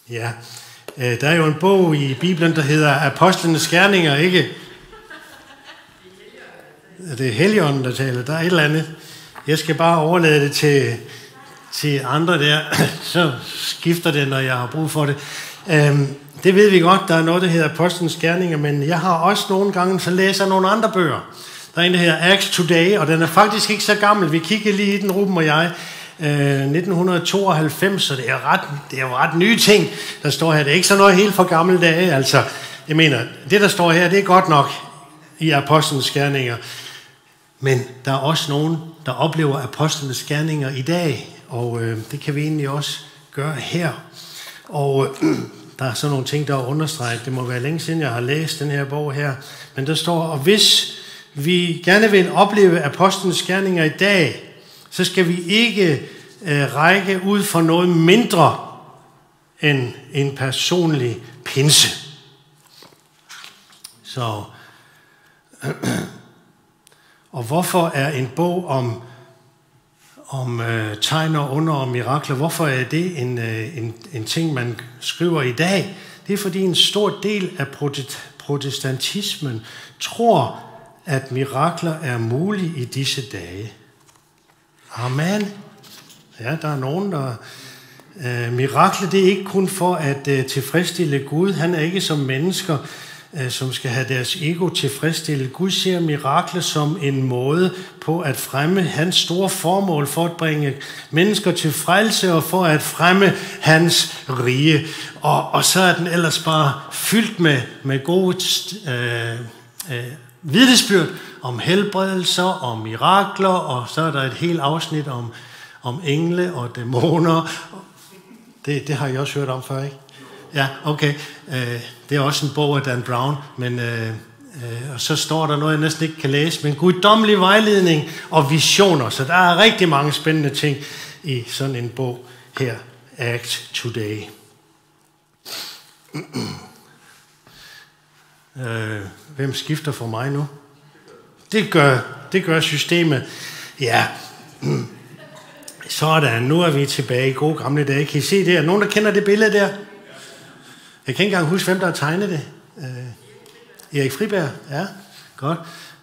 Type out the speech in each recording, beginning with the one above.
Ja, der er jo en bog i Bibelen, der hedder Apostlenes Gerninger, ikke? Det er Helligånden, der taler. Der er et eller andet. Jeg skal bare overlade det til andre der, så skifter det, når jeg har brug for det. Det ved vi godt, der er noget, der hedder Apostlenes Gerninger, men jeg har også nogle gange, så læser nogle andre bøger. Der er en, der hedder Acts Today, og den er faktisk ikke så gammel. Vi kigger lige i den, Ruben og jeg. 1992, så det er jo ret nye ting, der står her. Det er ikke så noget helt for gamle dage. Altså, jeg mener, det der står her, det er godt nok i Apostlenes Gerninger. Men der er også nogen, der oplever Apostlenes Gerninger i dag, og det kan vi egentlig også gøre her. Og der er sådan nogle ting, der er understreget. Det må være længe siden, jeg har læst den her bog her. Men der står, og hvis vi gerne vil opleve Apostlenes Gerninger i dag, så skal vi ikke række ud for noget mindre end en personlig pinse. Så, og hvorfor er en bog om tegn og under og mirakler, hvorfor er det en ting, man skriver i dag? Det er fordi en stor del af protestantismen tror, at mirakler er mulige i disse dage. Amen. Ja, der er nogen, der... mirakler, det er ikke kun for at tilfredsstille Gud. Han er ikke som mennesker, som skal have deres ego tilfredsstillet. Gud ser mirakler som en måde på at fremme hans store formål for at bringe mennesker til frelse og for at fremme hans rige. Og så er den ellers bare fyldt med gode vidnesbyrd om helbredelser, om mirakler, og så er der et helt afsnit om engle og dæmoner. Det har jeg også hørt om før, ikke? Ja, okay. Det er også en bog af Dan Brown, men og så står der noget, jeg næsten ikke kan læse, men guddommelig vejledning og visioner. Så der er rigtig mange spændende ting i sådan en bog her, Act Today. Hvem skifter for mig nu? Det gør systemet. Ja. Sådan, nu er vi tilbage i gode gamle dage. Kan I se det? Er nogen, der kender det billede der? Jeg kan ikke engang huske, hvem der har tegnet det. Erik Friberg? Ja, godt.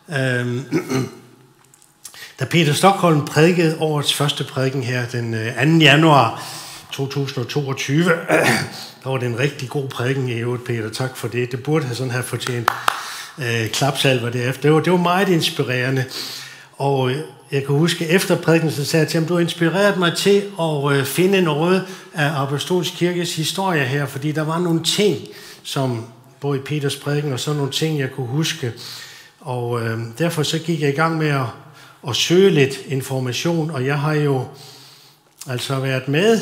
Da Peter Stockholm prædikede årets første prædiken her, den 2. januar 2022, der var det en rigtig god prædiken i øvrigt, Peter. Tak for det. Det burde have fortjent klapsalver derefter. Det var meget inspirerende. Og jeg kan huske, efter prædiken, så sagde jeg til ham, du har inspireret mig til at finde noget af Apostolsk Kirkes historie her, fordi der var nogle ting, som både i Peters prædiken og sådan nogle ting, jeg kunne huske. Og derfor så gik jeg i gang med at søge lidt information, og jeg har jo altså været med.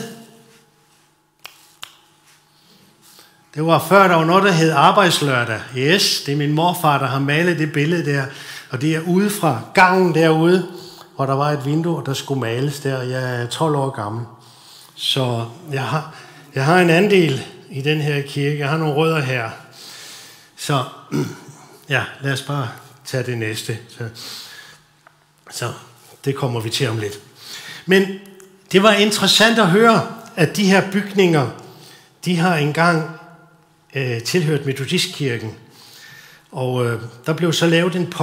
Det var før, der var noget, der hed arbejdslørdag. Yes, det er min morfar, der har malet det billede der, og det er ude fra gangen derude, hvor der var et vindue, og der skulle males der, og jeg er 12 år gammel. Så jeg har en andel i den her kirke. Jeg har nogle rødder her. Så ja, lad os bare tage det næste. Så det kommer vi til om lidt. Men det var interessant at høre, at de her bygninger, de har engang tilhørt Metodistkirken. Og der blev så lavet en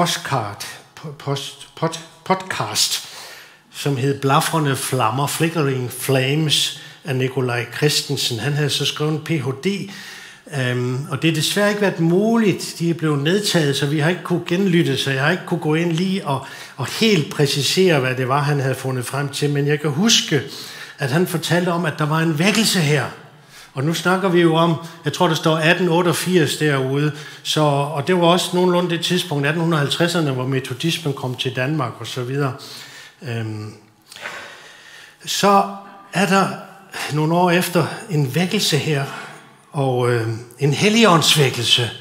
podcast, som hed Blafrende Flammer, Flickering Flames af Nikolaj Christensen. Han havde så skrevet en Ph.D., og det er desværre ikke været muligt. De er blevet nedtaget, så vi har ikke kunne genlytte, så jeg har ikke kunne gå ind lige og helt præcisere, hvad det var, han havde fundet frem til. Men jeg kan huske, at han fortalte om, at der var en vækkelse her. Og nu snakker vi jo om, jeg tror, der står 1888 derude, og det var også nogenlunde det tidspunkt, 1850'erne, hvor metodismen kom til Danmark og så videre. Så er der nogle år efter en vækkelse her, og en helligåndsvækkelse.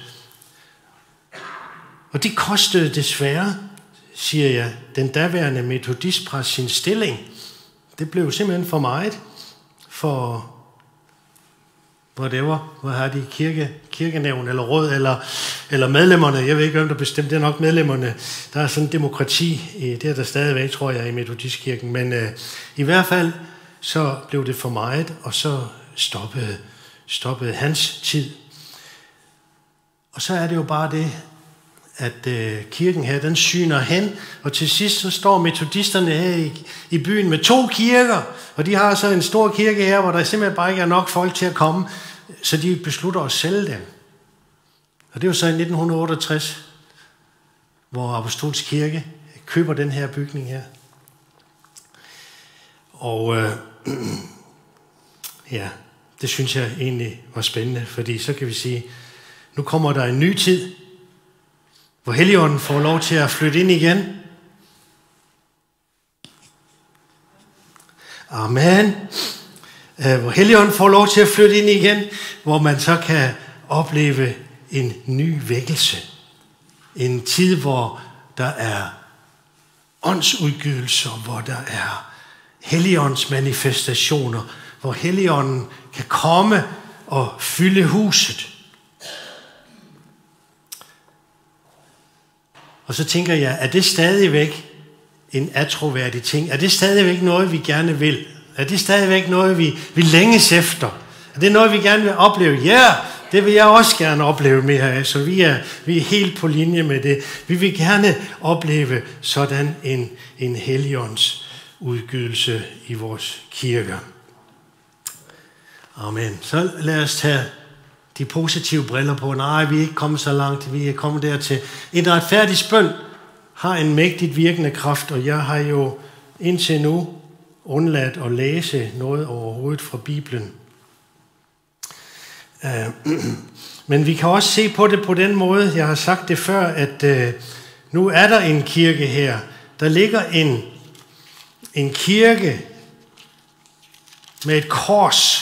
Og det kostede desværre, siger jeg, den daværende metodistpræst sin stilling. Det blev simpelthen for meget for whatever, hvor har de kirkenævn eller råd eller medlemmerne, jeg ved ikke, hvem der bestemte, det er nok medlemmerne. Der er sådan en demokrati, det er der stadigvæk, tror jeg, i Metodistkirken, men i hvert fald så blev det for meget, og så stoppede hans tid. Og så er det jo bare det, at kirken her, den syner hen, og til sidst så står metodisterne her i byen med 2 kirker, og de har så en stor kirke her, hvor der simpelthen bare ikke er nok folk til at komme, så de beslutter at sælge dem. Og det er jo så i 1968, hvor Apostolsk Kirke køber den her bygning her. Og ja, det synes jeg egentlig var spændende, fordi så kan vi sige, nu kommer der en ny tid, hvor Helligånden får lov til at flytte ind igen. Amen. Hvor Helligånden får lov til at flytte ind igen, hvor man så kan opleve en ny vækkelse. En tid, hvor der er åndsudgydelser, hvor der er Helligåndens manifestationer, hvor Helligånden kan komme og fylde huset. Og så tænker jeg, er det stadigvæk en atroværdig ting? Er det stadigvæk noget, vi gerne vil? Er det stadigvæk noget, vi længes efter? Er det noget, vi gerne vil opleve? Ja, det vil jeg også gerne opleve mere af, så vi er helt på linje med det. Vi vil gerne opleve sådan en Helligånds udgydelse i vores kirker. Amen. Så lad os tage de positive briller på. Nej, vi er ikke kommet så langt. Vi er kommet dertil. En retfærdig bøn har en mægtigt virkende kraft, og jeg har jo indtil nu undladt at læse noget overhovedet fra Bibelen. Men vi kan også se på det på den måde, jeg har sagt det før, at nu er der en kirke her. Der ligger en kirke med et kors.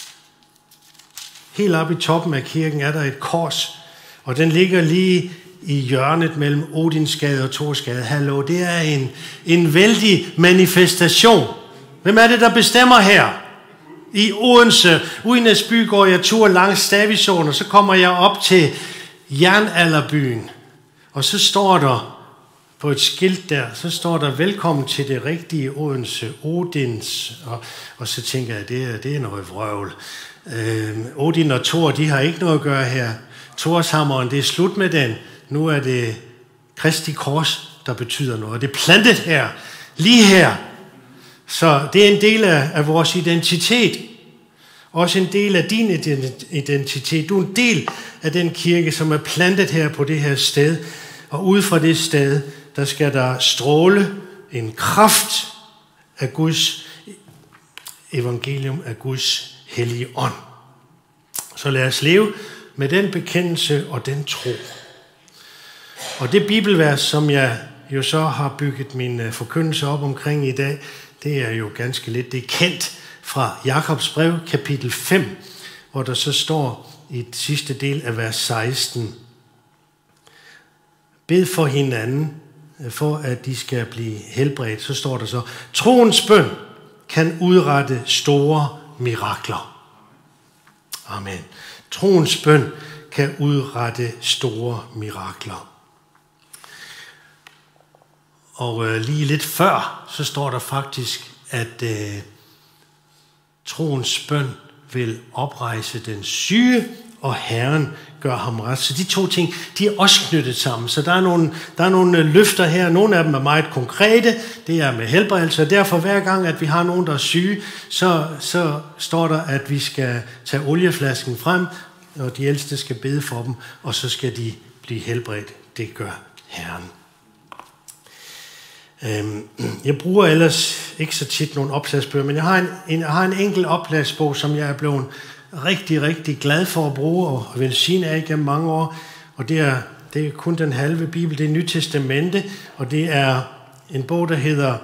Helt oppe i toppen af kirken er der et kors, og den ligger lige i hjørnet mellem Odinsgade og Thorsgade. Hallo, det er en vældig manifestation. Hvem er det, der bestemmer her? I Odense, Udenæs by, går jeg tur langs Stavisåen, og så kommer jeg op til Jernalderbyen. Og så står der på et skilt der, så står der, velkommen til det rigtige Odense, Odins. Og så tænker jeg, det er noget vrøvl. Odin og Thor, de har ikke noget at gøre her. Thorshammeren, det er slut med den. Nu er det Kristi kors, der betyder noget. Det er plantet her, lige her. Så det er en del af vores identitet. Også en del af din identitet. Du er en del af den kirke, som er plantet her på det her sted. Og ude fra det sted, der skal der stråle en kraft af Guds evangelium, af Guds hellige ånd. Så lad os leve med den bekendelse og den tro. Og det bibelvers, som jeg jo så har bygget min forkyndelse op omkring i dag, det er jo ganske lidt, det er kendt fra Jakobs brev, kapitel 5, hvor der så står i den sidste del af vers 16. Bed for hinanden, for at de skal blive helbredt. Så står der så, troens bøn kan udrette store mirakler. Amen. Troens bøn kan udrette store mirakler. Og lige lidt før, så står der faktisk, at troens bøn vil oprejse den syge, og Herren gør ham ret. Så de to ting, de er også knyttet sammen. Så der er nogle løfter her. Nogle af dem er meget konkrete. Det er med helbredelse. Og derfor hver gang, at vi har nogen, der er syge, så står der, at vi skal tage olieflasken frem, og de ældste skal bede for dem, og så skal de blive helbredt. Det gør Herren. Jeg bruger ellers ikke så tit nogle opslagsbøger, men jeg har en enkelt opslagsbog, som jeg er blevet rigtig, rigtig glad for at bruge og velsigne af igennem mange år. Og det er kun den halve Bibel, det er Nyt Testamente, og det er en bog, der hedder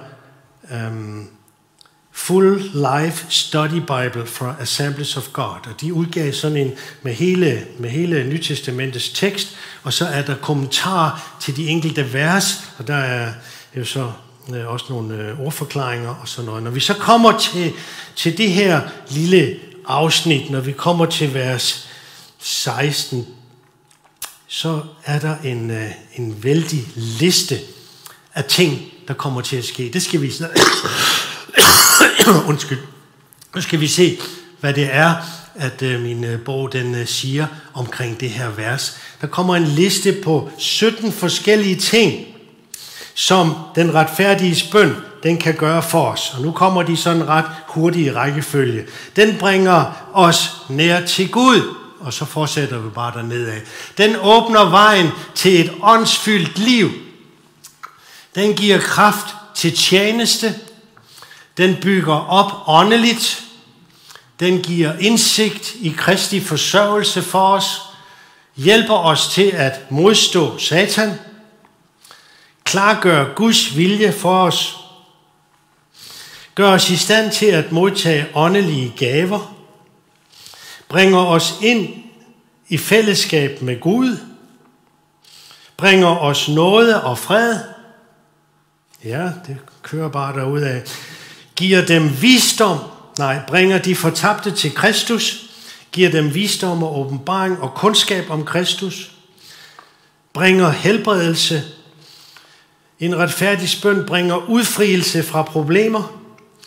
Full Life Study Bible for Assemblies of God. Og de udgav sådan en med hele Nyt Testamentets tekst, og så er der kommentarer til de enkelte vers, og der er jo så også nogle ordforklaringer og sådan noget. Når vi så kommer til det her lille afsnit, når vi kommer til vers 16, så er der en vældig liste af ting, der kommer til at ske. Det skal vi undskyld. Nu skal vi se, hvad det er, at min bog den siger omkring det her vers. Der kommer en liste på 17 forskellige ting, som den retfærdige bøn, den kan gøre for os. Og nu kommer de sådan ret hurtigt i rækkefølge. Den bringer os nær til Gud, og så fortsætter vi bare dernedad. Den åbner vejen til et åndsfyldt liv. Den giver kraft til tjeneste. Den bygger op åndeligt. Den giver indsigt i Kristi forsørgelse for os. Hjælper os til at modstå Satan. Klargør Guds vilje for os. Gør os i stand til at modtage åndelige gaver. Bringer os ind i fællesskab med Gud. Bringer os nåde og fred. Ja, det kører bare derudad. Giver dem visdom. Bringer de fortabte til Kristus. Giver dem visdom og åbenbaring og kundskab om Kristus. Bringer helbredelse. En retfærdig bøn bringer udfrielse fra problemer.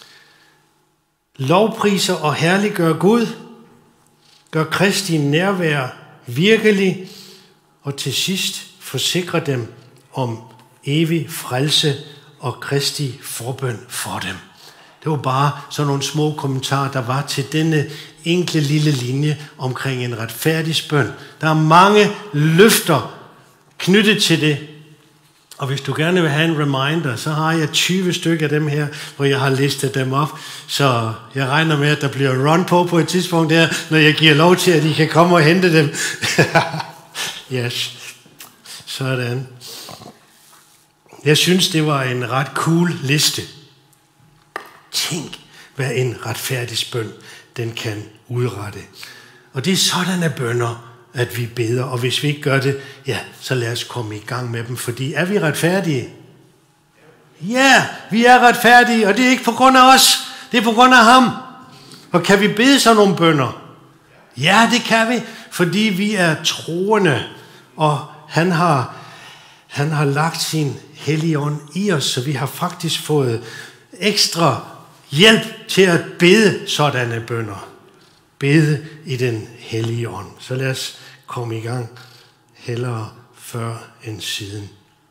Lovpriser og herliggør Gud. Gør Kristi nærvær virkelig. Og til sidst forsikrer dem om evig frelse og Kristi forbøn for dem. Det var bare sådan nogle små kommentarer, der var til denne enkle lille linje omkring en retfærdig bøn. Der er mange løfter knyttet til det. Og hvis du gerne vil have en reminder, så har jeg 20 stykker af dem her, hvor jeg har listet dem op. Så jeg regner med, at der bliver run på et tidspunkt der, når jeg giver lov til, at I kan komme og hente dem. Yes. Sådan. Jeg synes, det var en ret cool liste. Tænk, hvad en retfærdig bøn, den kan udrette. Og det er sådanne bønner, at vi beder, og hvis vi ikke gør det, ja, så lad os komme i gang med dem, fordi er vi retfærdige? Ja, vi er retfærdige, og det er ikke på grund af os, det er på grund af ham. Og kan vi bede sådan nogle bønner? Ja, det kan vi, fordi vi er troende, og han har lagt sin hellige ånd i os, så vi har faktisk fået ekstra hjælp til at bede sådanne bønner. Bede i den hellige ånd. Så lad os komme i gang, hellere før end siden.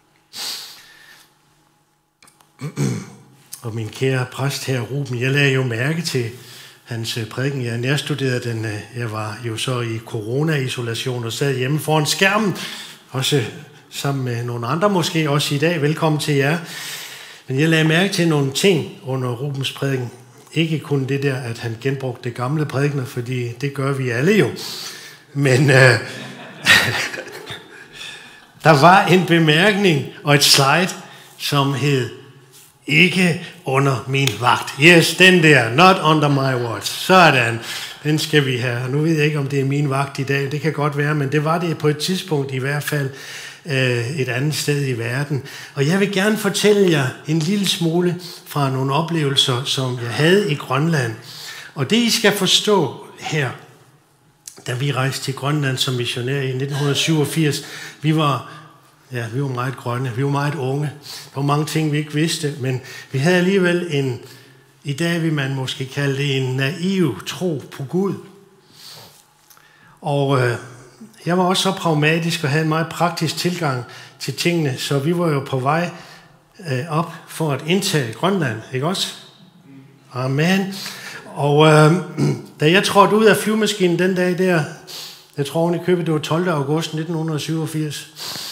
Og min kære præst her, Ruben, jeg lagde jo mærke til hans prædiken. Jeg nærstuderede den. Jeg var jo så i corona-isolation og sad hjemme foran skærmen, også sammen med nogle andre måske også i dag. Velkommen til jer. Men jeg lagde mærke til nogle ting under Rubens prædiken. Ikke kun det der, at han genbrugte det gamle prædikener, fordi det gør vi alle jo. Men der var en bemærkning og et slide, som hed ikke under min vagt. Yes, den der, not under my watch. Sådan, den skal vi have. Nu ved jeg ikke, om det er min vagt i dag. Det kan godt være, men det var det på et tidspunkt i hvert fald et andet sted i verden. Og jeg vil gerne fortælle jer en lille smule fra nogle oplevelser, som jeg havde i Grønland. Og det I skal forstå her, da vi rejste til Grønland som missionærer i 1987, vi var meget grønne, vi var meget unge. Der var mange ting, vi ikke vidste, men vi havde alligevel i dag vil man måske kalde det en naiv tro på Gud. Og jeg var også så pragmatisk og havde en meget praktisk tilgang til tingene, så vi var jo på vej op for at indtage Grønland, ikke også? Amen. Og da jeg trådte ud af flyvemaskinen den dag der, jeg tror oven i købet, det var 12. august 1987,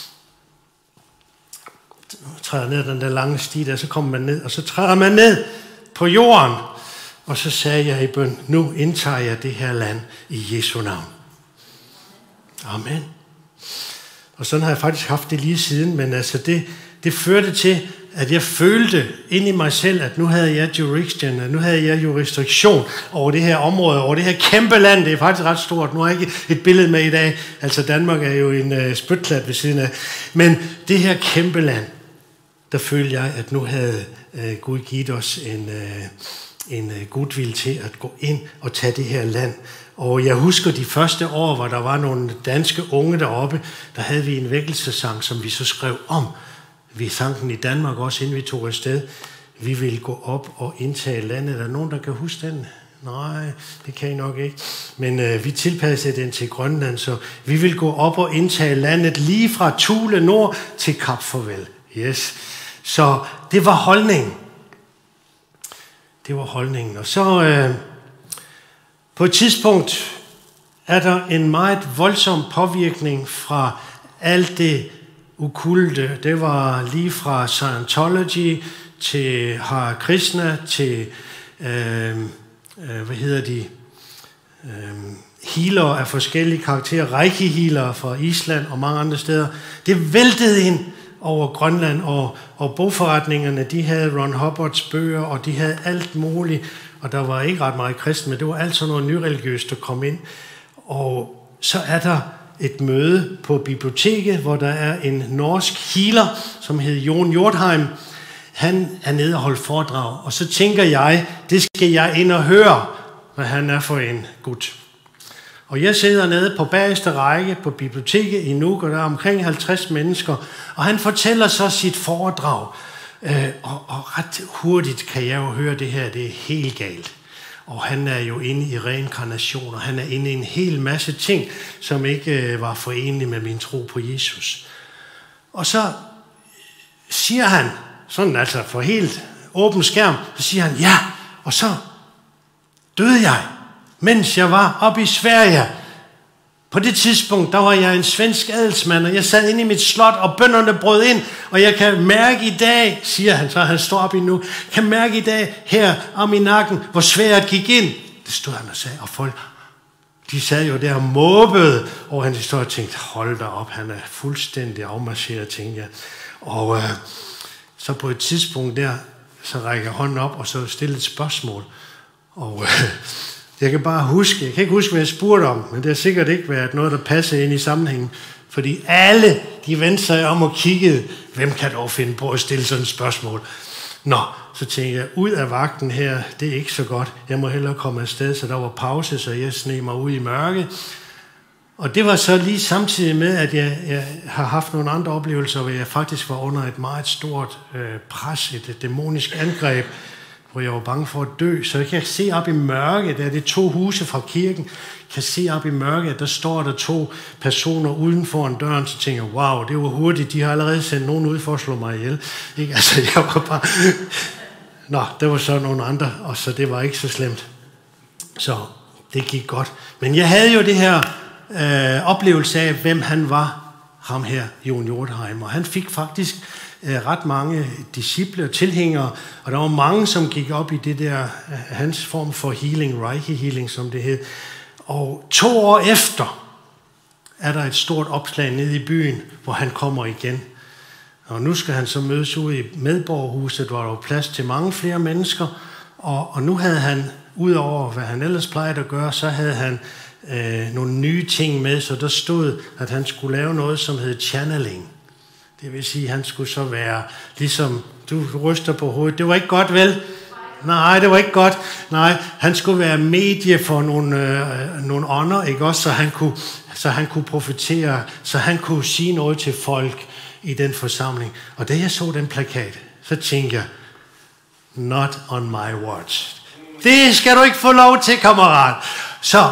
træder ned den der lange sti der, så kommer man ned, og så træder man ned på jorden, og så sagde jeg i bøn, nu indtager jeg det her land i Jesu navn. Amen. Og sådan har jeg faktisk haft det lige siden, men altså det førte til, at jeg følte ind i mig selv, at nu havde jeg jurisdiction, at nu havde jeg jurisdiktion over det her område, over det her kæmpe land. Det er faktisk ret stort. Nu har jeg ikke et billede med i dag. Altså Danmark er jo en spytklat ved siden af. Men det her kæmpe land, der følte jeg, at nu havde Gud givet os en goodwill til at gå ind og tage det her land. Og jeg husker de første år, hvor der var nogle danske unge deroppe, der havde vi en vækkelsessang, som vi så skrev om. Vi sang den i Danmark også, inden vi tog afsted. Vi vil gå op og indtage landet. Er der nogen, der kan huske den? Nej, det kan I nok ikke. Men vi tilpassede den til Grønland, så vi vil gå op og indtage landet lige fra Thule Nord til Kap Farvel. Yes. Så det var holdningen. Det var holdningen. Og så på et tidspunkt er der en meget voldsom påvirkning fra alt det okkulte. Det var lige fra Scientology til Hare Krishna til healere af forskellige karakterer, Reiki-healere fra Island og mange andre steder. Det væltede ind over Grønland, og bogforretningerne, de havde Ron Hubbards bøger, og de havde alt muligt, og der var ikke ret meget kristen, men det var alt sådan noget nyreligiøst, der kom ind. Og så er der et møde på biblioteket, hvor der er en norsk healer, som hed Jon Hjortheim. Han er nede og holder foredrag, og så tænker jeg, det skal jeg ind og høre, hvad han er for en gut. Og jeg sidder nede på bagerste række på biblioteket i Nuuk, og der er omkring 50 mennesker, og han fortæller så sit foredrag. Og ret hurtigt kan jeg jo høre det her, det er helt galt. Og han er jo inde i reinkarnation, og han er inde i en hel masse ting, som ikke var forenlige med min tro på Jesus. Og så siger han, sådan altså for helt åben skærm, så siger han, ja, og så døde jeg, mens jeg var oppe i Sverige. På det tidspunkt, der var jeg en svensk adelsmand, og jeg sad inde i mit slot, og bønderne brød ind, og jeg kan mærke i dag, siger han, så han står op endnu, kan mærke i dag her om i nakken, hvor svært gik ind. Det stod han og sagde, og folk, de sad jo der og måbede over hans historie, og tænkte, hold da op, han er fuldstændig afmarcheret, tænkte jeg. Og så på et tidspunkt der, så rækker jeg hånden op, og så stiller et spørgsmål. Og jeg kan ikke huske, hvad jeg spurgte om, men det har sikkert ikke været noget, der passer ind i sammenhængen. Fordi alle, de vendte sig om og kiggede, hvem kan dog finde på at stille sådan et spørgsmål? Nå, så tænkte jeg, ud af vagten her, det er ikke så godt. Jeg må hellere komme afsted, så der var pause, så jeg sneg mig ud i mørke. Og det var så lige samtidig med, at jeg har haft nogle andre oplevelser, hvor jeg faktisk var under et meget stort pres, et dæmonisk angreb, hvor jeg var bange for at dø. Så jeg kan se op i mørket, der er det 2 huse fra kirken, kan se op i mørket, der står der 2 personer uden for en døren, så tænker jeg, wow, det var hurtigt, de har allerede sendt nogen ud for at slå mig ihjel. Ikke? Altså, jeg var bare... Nå, der var så nogle andre, og så det var ikke så slemt. Så det gik godt. Men jeg havde jo det her oplevelse af, hvem han var, ham her, Jon Hjortheim, og han fik faktisk ret mange disciple og tilhængere, og der var mange, som gik op i det der, hans form for healing, Reiki healing, som det hed. Og 2 år efter er der et stort opslag nede i byen, hvor han kommer igen. Og nu skal han så mødes ude i Medborgerhuset, hvor der var plads til mange flere mennesker, og nu havde han, udover hvad han ellers plejede at gøre, så havde han nogle nye ting med, så der stod, at han skulle lave noget, som hed channeling. Det vil sige, at han skulle så være, ligesom du ryster på hovedet. Det var ikke godt, vel? Nej, det var ikke godt. Nej, han skulle være medie for nogle ånder, ikke også? Så han kunne profetere, så han kunne sige noget til folk i den forsamling. Og da jeg så den plakat, så tænkte jeg, not on my watch. Det skal du ikke få lov til, kammerat. Så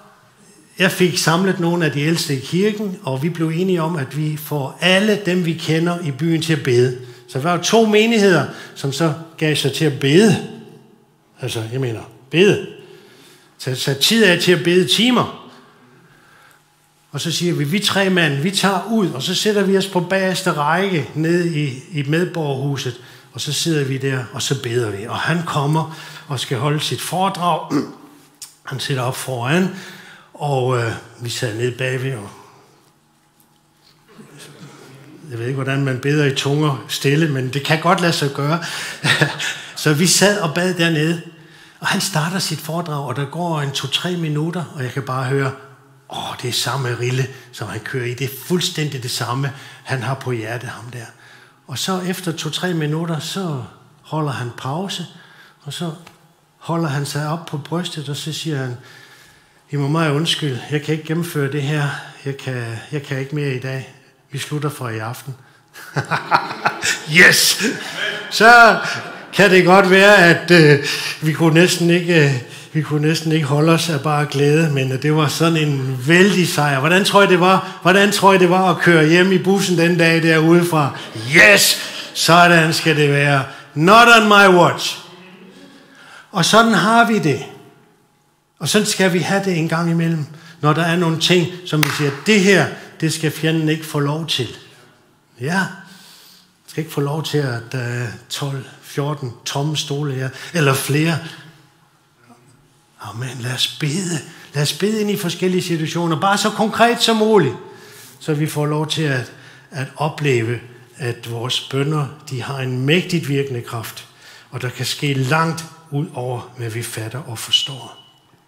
jeg fik samlet nogle af de ældste i kirken, og vi blev enige om, at vi får alle dem, vi kender i byen, til at bede. Så der var 2 menigheder, som så gav sig til at bede. Altså, jeg mener, bede. Så tid af til at bede timer. Og så siger vi 3 mand, vi tager ud, og så sætter vi os på bagerste række nede i Medborgerhuset, og så sidder vi der, og så beder vi. Og han kommer og skal holde sit foredrag. Han sidder op foran, og vi sad nede bagved, og jeg ved ikke, hvordan man beder i tunger stille, men det kan godt lade sig gøre. Så vi sad og bad dernede, og han starter sit foredrag, og der går 2-3 minutter, og jeg kan bare høre, det er samme rille, som han kører i. Det er fuldstændig det samme, han har på hjertet, ham der. Og så efter 2-3 minutter, så holder han pause, og så holder han sig op på brystet, og så siger han, I må meget undskylde, jeg kan ikke gennemføre det her. Jeg kan ikke mere i dag. Vi slutter for i aften. Yes! Så kan det godt være, at vi kunne Vi kunne næsten ikke holde os af bare glæde, men det var sådan en vældig sejr. Hvordan tror I det var at køre hjem i bussen den dag derude fra? Yes! Sådan skal det være. Not on my watch. Og sådan har vi det. Og sådan skal vi have det en gang imellem, når der er nogle ting, som vi siger, det her, det skal fjenden ikke få lov til. Ja, skal ikke få lov til, at der er 12-14 tomme stole her, eller flere. Amen, lad os bede. Lad os bede ind i forskellige situationer, bare så konkret som muligt, så vi får lov til at opleve, at vores bønner, de har en mægtigt virkende kraft, og der kan ske langt ud over, hvad vi fatter og forstår.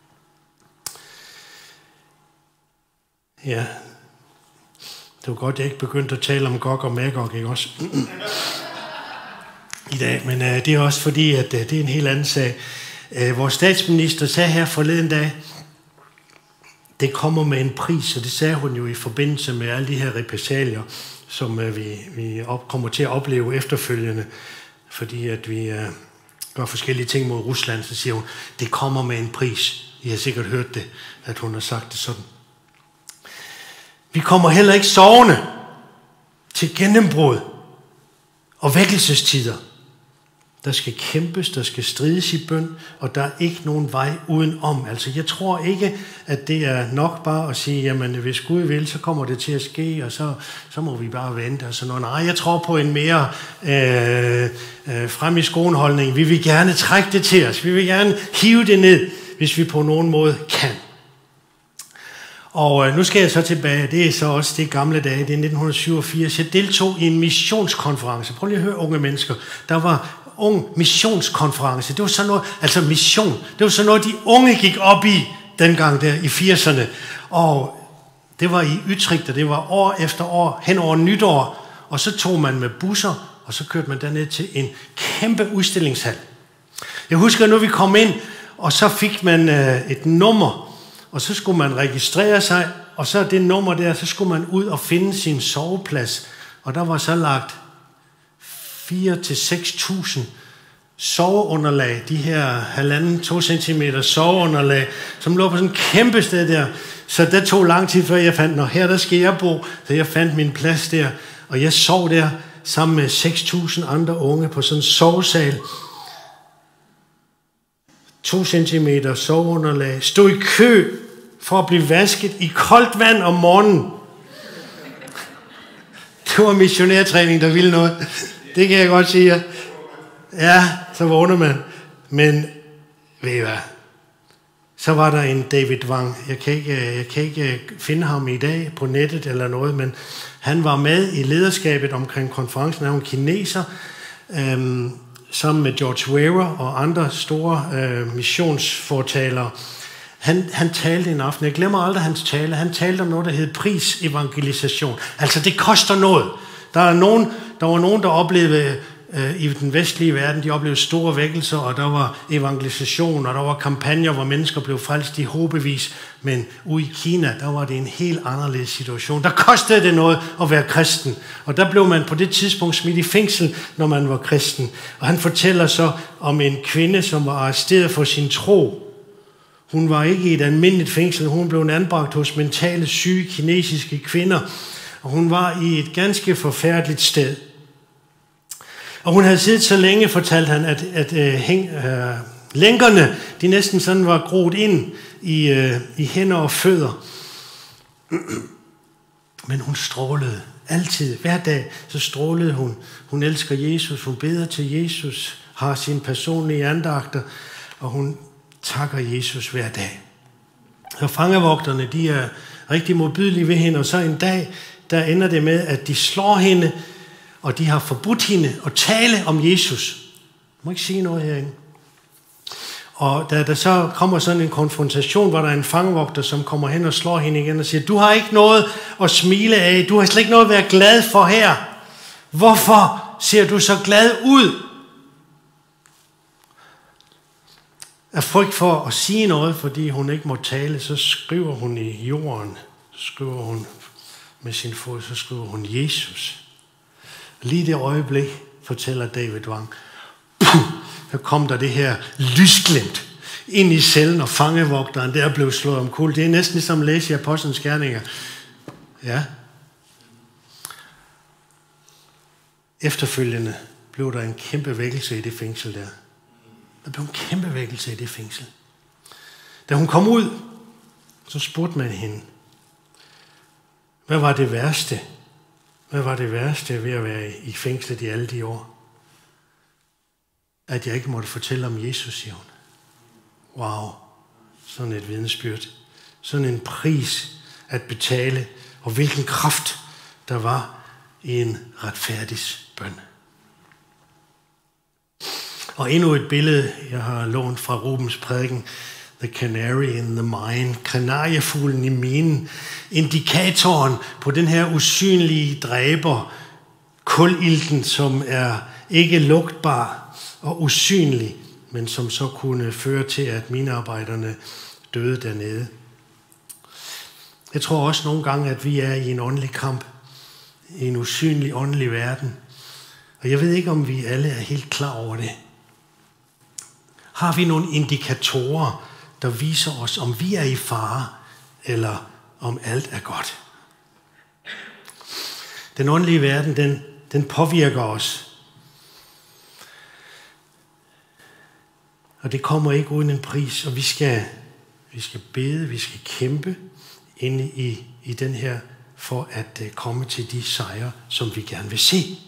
Ja, det var godt, at jeg ikke begyndte at tale om Gog og Magog, ikke også? I dag, men det er også fordi, at det er en helt anden sag. Vores statsminister sagde her forleden dag, det kommer med en pris, og det sagde hun jo i forbindelse med alle de her repressalier, som vi kommer til at opleve efterfølgende, fordi at vi gør forskellige ting mod Rusland, så siger hun, det kommer med en pris. I har sikkert hørt det, at hun har sagt det sådan. Vi kommer heller ikke sovende til gennembrud og vækkelsestider. Der skal kæmpes, der skal strides i bøn, og der er ikke nogen vej udenom. Altså, jeg tror ikke, at det er nok bare at sige, jamen, hvis Gud vil, så kommer det til at ske, og så må vi bare vente. Og sådan noget. Nej, jeg tror på en mere frem i skoenholdning. Vi vil gerne trække det til os. Vi vil gerne hive det ned, hvis vi på nogen måde kan. Og nu skal jeg så tilbage, det er så også det gamle dage, det er 1987. Jeg deltog i en missionskonference. Prøv lige at høre, unge mennesker. Der var ung missionskonference. Det var sådan noget, altså mission. Det var sådan noget, de unge gik op i dengang der i 80'erne. Og det var i Utrecht, og det var år efter år, hen over nytår. Og så tog man med busser, og så kørte man derned til en kæmpe udstillingshal. Jeg husker, nu vi kom ind, og så fik man et nummer, og så skulle man registrere sig, og så det nummer der, så skulle man ud og finde sin soveplads. Og der var så lagt 4.000-6.000 soveunderlag, de her 1,5-2 centimeter soveunderlag, som lå på sådan et kæmpe sted der. Så det tog lang tid, før jeg fandt, her der skal jeg bo, så jeg fandt min plads der. Og jeg sov der sammen med 6.000 andre unge på sådan en sovesal. 2 centimeter soveunderlag, stod i kø for at blive vasket i koldt vand om morgenen. Det var missionærtræning, der ville noget. Det kan jeg godt sige. Ja, så vågner man. Men ved I hvad? Så var der en David Wang. Jeg kan ikke finde ham i dag på nettet eller noget, men han var med i lederskabet omkring konferencen. Han var en kineser, sammen med George Weah og andre store missionsfortalere. Han talte en aften, jeg glemmer aldrig hans tale, han talte om noget, der hed prisevangelisation. Altså det koster noget. Der var nogen, der oplevede i den vestlige verden, de oplevede store vækkelser, og der var evangelisation, og der var kampagner, hvor mennesker blev frelst i hobevis. Men ude i Kina, der var det en helt anderledes situation. Der kostede det noget at være kristen, og der blev man på det tidspunkt smidt i fængsel, når man var kristen. Og han fortæller så om en kvinde, som var arresteret for sin tro. Hun var ikke i et almindeligt fængsel, hun blev anbragt hos mentale syge kinesiske kvinder, og hun var i et ganske forfærdeligt sted. Og hun havde siddet så længe, fortalte han, at lænkerne, de næsten sådan var groet ind i hænder og fødder. Men hun strålede altid, hver dag, så strålede hun. Hun elsker Jesus, hun beder til Jesus, har sine personlige andagter, og hun takker Jesus hver dag. Og fangevogterne, de er rigtig modbydelige ved hende, og så en dag, der ender det med, at de slår hende, og de har forbudt hende at tale om Jesus. Jeg må ikke sige noget herinde. Og da der så kommer sådan en konfrontation, hvor der er en fangevogter, som kommer hen og slår hende igen og siger, du har ikke noget at smile af, du har slet ikke noget at være glad for her. Hvorfor ser du så glad ud? Af frygt for at sige noget, fordi hun ikke må tale, så skriver hun i jorden, skriver hun med sin fod, så skriver hun Jesus. Lige det øjeblik, fortæller David Wang, så kom der det her lysglimt ind i cellen, og fangevogteren der blev slået omkuld. Det er næsten ligesom at læse i Apostlenes Gerninger. Ja. Efterfølgende blev der en kæmpe vækkelse i det fængsel der. Der blev en kæmpe vækkelse i det fængsel. Da hun kom ud, så spurgte man hende, hvad var det værste? Hvad var det værste ved at være i fængslet i alle de år? At jeg ikke måtte fortælle om Jesus, siger hun. Wow, sådan et vidnesbyrd. Sådan en pris at betale, og hvilken kraft der var i en retfærdig bøn. Og endnu et billede, jeg har lånt fra Rubens prædiken, The Canary in the Mine, kanariefuglen i minen, indikatoren på den her usynlige dræber, kulilten, som er ikke lugtbar og usynlig, men som så kunne føre til, at minearbejderne døde dernede. Jeg tror også nogle gange, at vi er i en åndelig kamp, i en usynlig åndelig verden. Og jeg ved ikke, om vi alle er helt klar over det. Har vi nogle indikatorer, der viser os, om vi er i fare, eller om alt er godt? Den åndelige verden, den påvirker os. Og det kommer ikke uden en pris, og vi skal bede, vi skal kæmpe inde i den her, for at komme til de sejre, som vi gerne vil se.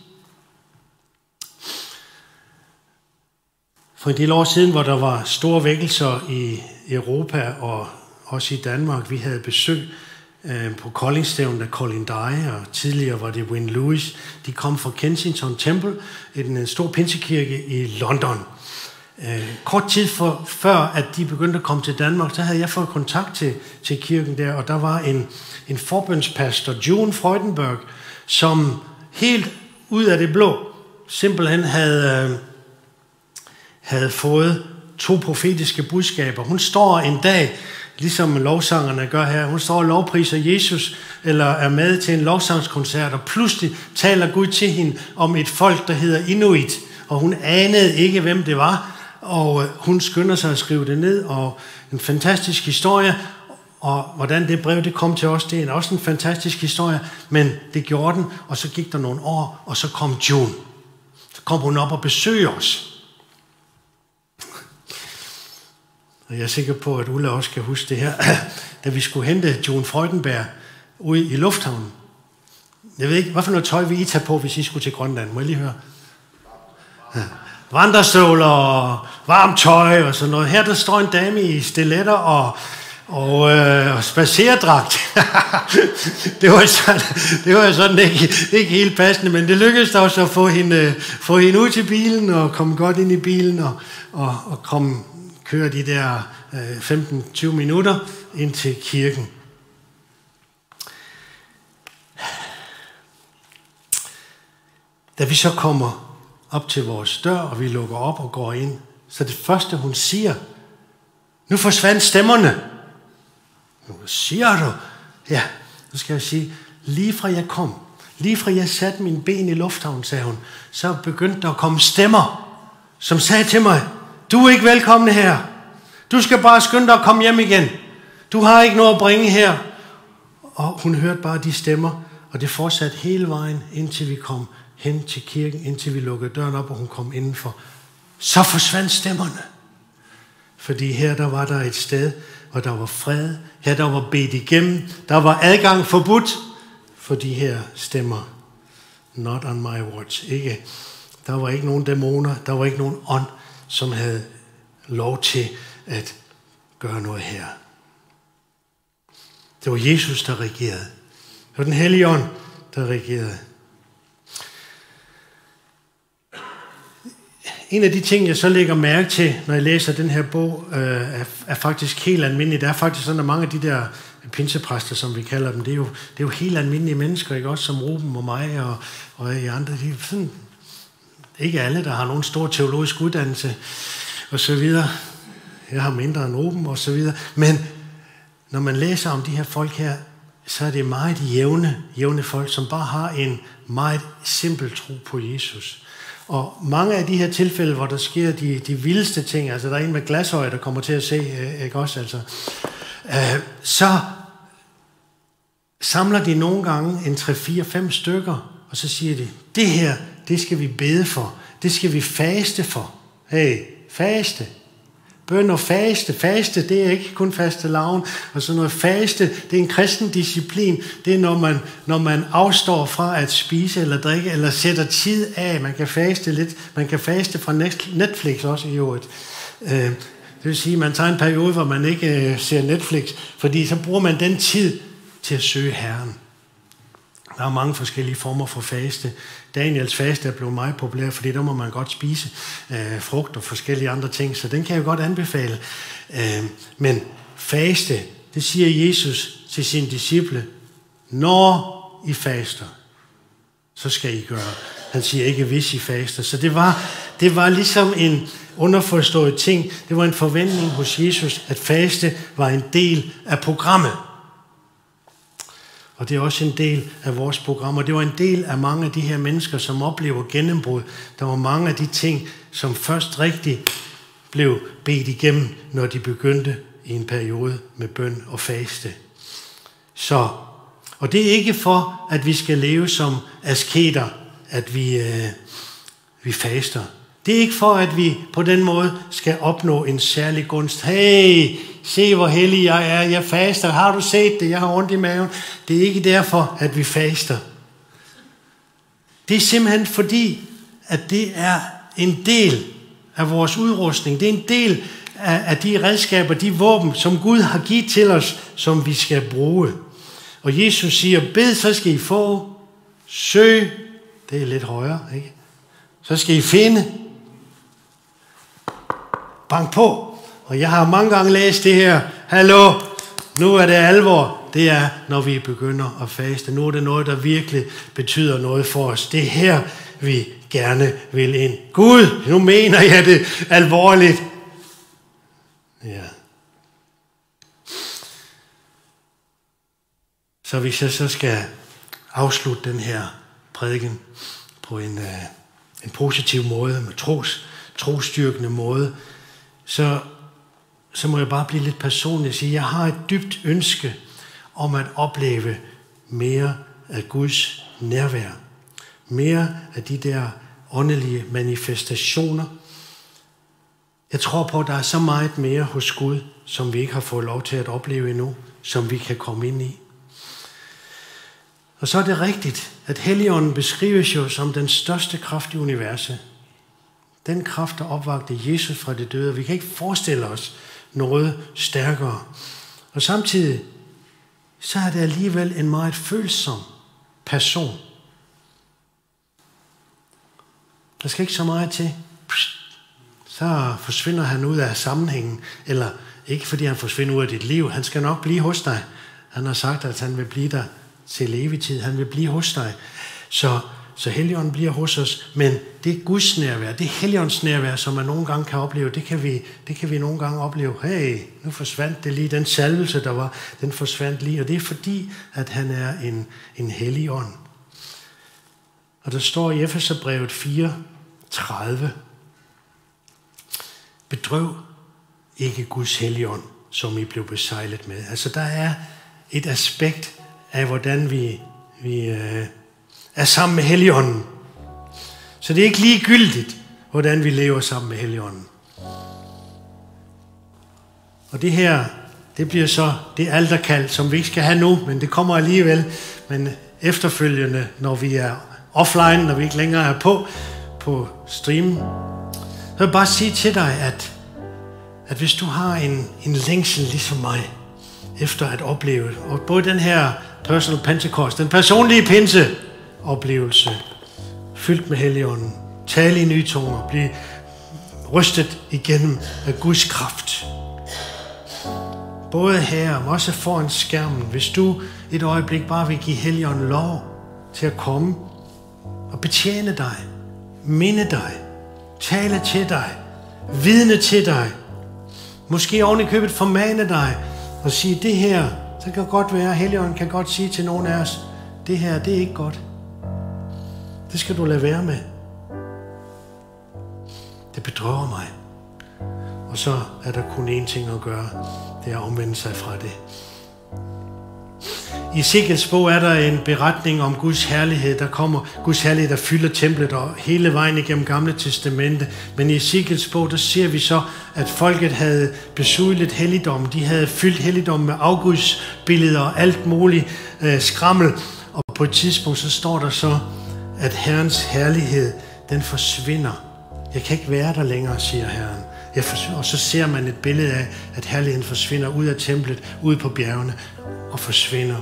For en del år siden, hvor der var store vækkelser i Europa og også i Danmark, vi havde besøg på Koldingstævnet af Colin Dye, og tidligere var det Win Lewis. De kom fra Kensington Temple, en stor pinsekirke i London. Kort tid før, at de begyndte at komme til Danmark, så havde jeg fået kontakt til kirken der, og der var en forbønspastor, June Freudenberg, som helt ud af det blå simpelthen havde fået 2 profetiske budskaber. Hun står en dag, ligesom lovsangerne gør her, hun står og lovpriser Jesus, eller er med til en lovsangskoncert, og pludselig taler Gud til hende om et folk, der hedder Inuit, og hun anede ikke, hvem det var, og hun skynder sig at skrive det ned, og en fantastisk historie, og hvordan det brev det kom til os, det er også en fantastisk historie, men det gjorde den, og så gik der nogle år, og så kom June. Så kom hun op og besøgte os. Og jeg er sikker på, at Ulla også kan huske det her, da vi skulle hente June Freudenberg ude i lufthavnen. Jeg ved ikke, hvad for noget tøj vil I tage på, hvis I skulle til Grønland? Må jeg lige høre? Ja. Vandrestøvler og varmt tøj og sådan noget. Her der står en dame i stiletter og spacerdragt. det var sådan ikke helt passende, men det lykkedes da også at få hende ud til bilen og komme godt ind i bilen og køre de der 15-20 minutter ind til kirken. Da vi så kommer op til vores dør, og vi lukker op og går ind, så det første, hun siger, nu forsvandt stemmerne. Hvad siger du? Ja, nu skal jeg sige, lige fra jeg kom, lige fra jeg satte mine ben i lufthavnen, sagde hun, så begyndte der at komme stemmer, som sagde til mig, du er ikke velkommen her. Du skal bare skynde dig at komme hjem igen. Du har ikke noget at bringe her. Og hun hørte bare de stemmer, og det fortsatte hele vejen, indtil vi kom hen til kirken, indtil vi lukkede døren op, og hun kom indenfor. Så forsvandt stemmerne. Fordi her der var der et sted, hvor der var fred. Her der var bedt igennem. Der var adgang forbudt for de her stemmer. Not on my watch. Ikke. Der var ikke nogen dæmoner. Der var ikke nogen ånd, som havde lov til at gøre noget her. Det var Jesus, der regerede. Det var den hellige ånd, der regerede. En af de ting, jeg så lægger mærke til, når jeg læser den her bog, er faktisk helt almindelig. Der er faktisk sådan, at mange af de der pinsepræster, som vi kalder dem, det er jo helt almindelige mennesker, ikke? Også som Ruben og mig og I andre. De er sådan, ikke alle, der har nogen stor teologisk uddannelse og så videre. Jeg har mindre end Ruben og så videre. Men når man læser om de her folk her, så er det meget jævne folk, som bare har en meget simpel tro på Jesus. Og mange af de her tilfælde, hvor der sker de vildeste ting, altså der er en med glasøje, der kommer til at se, ikke også, altså, så samler de nogle gange en 3-4-5 stykker, og så siger de, det her, det skal vi bede for, det skal vi faste for. Hey, faste. Bøn og faste. Faste, det er ikke kun fastelavn. Og så noget faste, det er en kristen disciplin. Det er, når man afstår fra at spise eller drikke, eller sætter tid af. Man kan faste lidt. Man kan faste fra Netflix også i øvrigt. Det vil sige, at man tager en periode, hvor man ikke ser Netflix, fordi så bruger man den tid til at søge Herren. Der er mange forskellige former for faste. Daniels faste er blevet meget populær, fordi der må man godt spise frugt og forskellige andre ting, så den kan jeg godt anbefale. Men faste, det siger Jesus til sine disciple, når I faster, så skal I gøre. Han siger ikke, hvis I faster. Så det var ligesom en underforstået ting. Det var en forventning hos Jesus, at faste var en del af programmet. Og det er også en del af vores program, og det var en del af mange af de her mennesker, som oplever gennembrud. Der var mange af de ting, som først rigtig blev bedt igennem, når de begyndte i en periode med bøn og faste. Og det er ikke for, at vi skal leve som asketer, at vi faster. Det er ikke for, at vi på den måde skal opnå en særlig gunst. Hey, se hvor hellig jeg er, jeg faster. Har du set det? Jeg har ondt i maven. Det er ikke derfor, at vi faster. Det er simpelthen fordi, at det er en del af vores udrustning. Det er en del af de redskaber, de våben, som Gud har givet til os, som vi skal bruge. Og Jesus siger, bed, så skal I få. Søg, det er lidt højere, ikke? Så skal I finde. Bank på. Og jeg har mange gange læst det her. Hallo, nu er det alvor. Det er, når vi begynder at faste. Nu er det noget, der virkelig betyder noget for os. Det er her, vi gerne vil ind. Gud, nu mener jeg det alvorligt. Ja. Så hvis jeg så skal afslutte den her prædiken på en positiv måde, med trosstyrkende måde, så må jeg bare blive lidt personlig og sige, at jeg har et dybt ønske om at opleve mere af Guds nærvær. Mere af de der åndelige manifestationer. Jeg tror på, at der er så meget mere hos Gud, som vi ikke har fået lov til at opleve endnu, som vi kan komme ind i. Og så er det rigtigt, at Helligånden beskrives jo som den største kraft i universet. Den kraft, der opvagte Jesus fra det døde. Vi kan ikke forestille os noget stærkere. Og samtidig, så er det alligevel en meget følsom person. Der skal ikke så meget til. Så forsvinder han ud af sammenhængen. Eller ikke fordi han forsvinder ud af dit liv. Han skal nok blive hos dig. Han har sagt, at han vil blive der til evig tid. Han vil blive hos dig. Så Helligånden bliver hos os, men det er Guds nærvær, det er Helligåndens nærvær, som man nogle gange kan opleve. Det kan vi nogle gange opleve. Hey, nu forsvandt det lige. Den salvelse, der var, den forsvandt lige. Og det er fordi, at han er en hellig ånd. Og der står i Efeserbrevet 4:30. Bedrøv ikke Guds helligånd, som I blev besejlet med. Altså der er et aspekt af, hvordan vi er sammen med Helligånden. Så det er ikke ligegyldigt, hvordan vi lever sammen med Helligånden. Og det her, det bliver så det alterkald, som vi ikke skal have nu, men det kommer alligevel. Men efterfølgende, når vi er offline, når vi ikke længere er på streamen, så vil jeg bare sige til dig, at hvis du har en længsel ligesom mig, efter at opleve, og både den her personal Pentecost, den personlige pinseoplevelse, fyldt med Helligånden, tale i nye tunger, blive rystet igennem af Guds kraft. Både her, og også foran skærmen, hvis du et øjeblik bare vil give Helligånden lov til at komme og betjene dig, minde dig, tale til dig, vidne til dig, måske oven i købet formane dig og sige, det her, så kan godt være, Helligånden kan godt sige til nogen af os, det her, det er ikke godt. Det skal du lade være med. Det bedrøver mig. Og så er der kun én ting at gøre. Det er at omvende sig fra det. I Ezekiels bog er der en beretning om Guds herlighed. Der kommer Guds herlighed, der fylder templet og hele vejen igennem Gamle Testamente. Men i Ezekiels bog, der ser vi så, at folket havde besudlet helligdom. De havde fyldt helligdom med afgudsbilleder og alt muligt skrammel. Og på et tidspunkt, så står der så, at Herrens herlighed, den forsvinder. Jeg kan ikke være der længere, siger Herren. Og så ser man et billede af, at herligheden forsvinder ud af templet, ud på bjergene og forsvinder.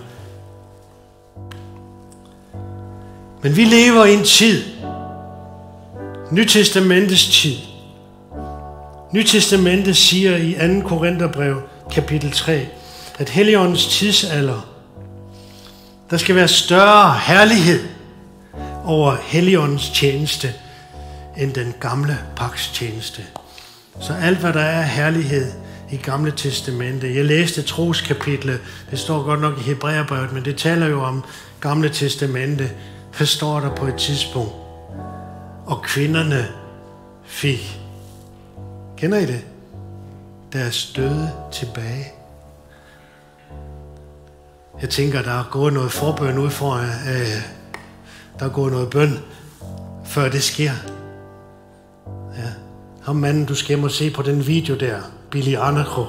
Men vi lever i en tid, Nytestamentets tid. Nytestamentet siger i 2. Korintherbrev, kapitel 3, at Helligåndens tidsalder, der skal være større herlighed over Helligåndens tjeneste, end den gamle pagts tjeneste. Så alt, hvad der er herlighed i Gamle Testamente. Jeg læste troskapitlet, det står godt nok i Hebræerbrevet, men det taler jo om Gamle Testamente. Hvad står der på et tidspunkt? Og kvinderne fik, kender I det? Deres døde tilbage. Jeg tænker, der er gået noget forbøn ud for, der er gået noget bøn, før det sker. Ja. Ham manden, du skal hjem og se på den video der, Billy Arnacho.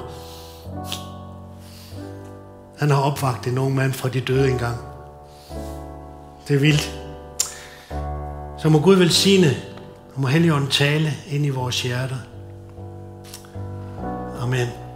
Han har opvagt en ung mand fra de døde engang. Det er vildt. Så må Gud velsigne, og må Helligånden tale ind i vores hjerter. Amen.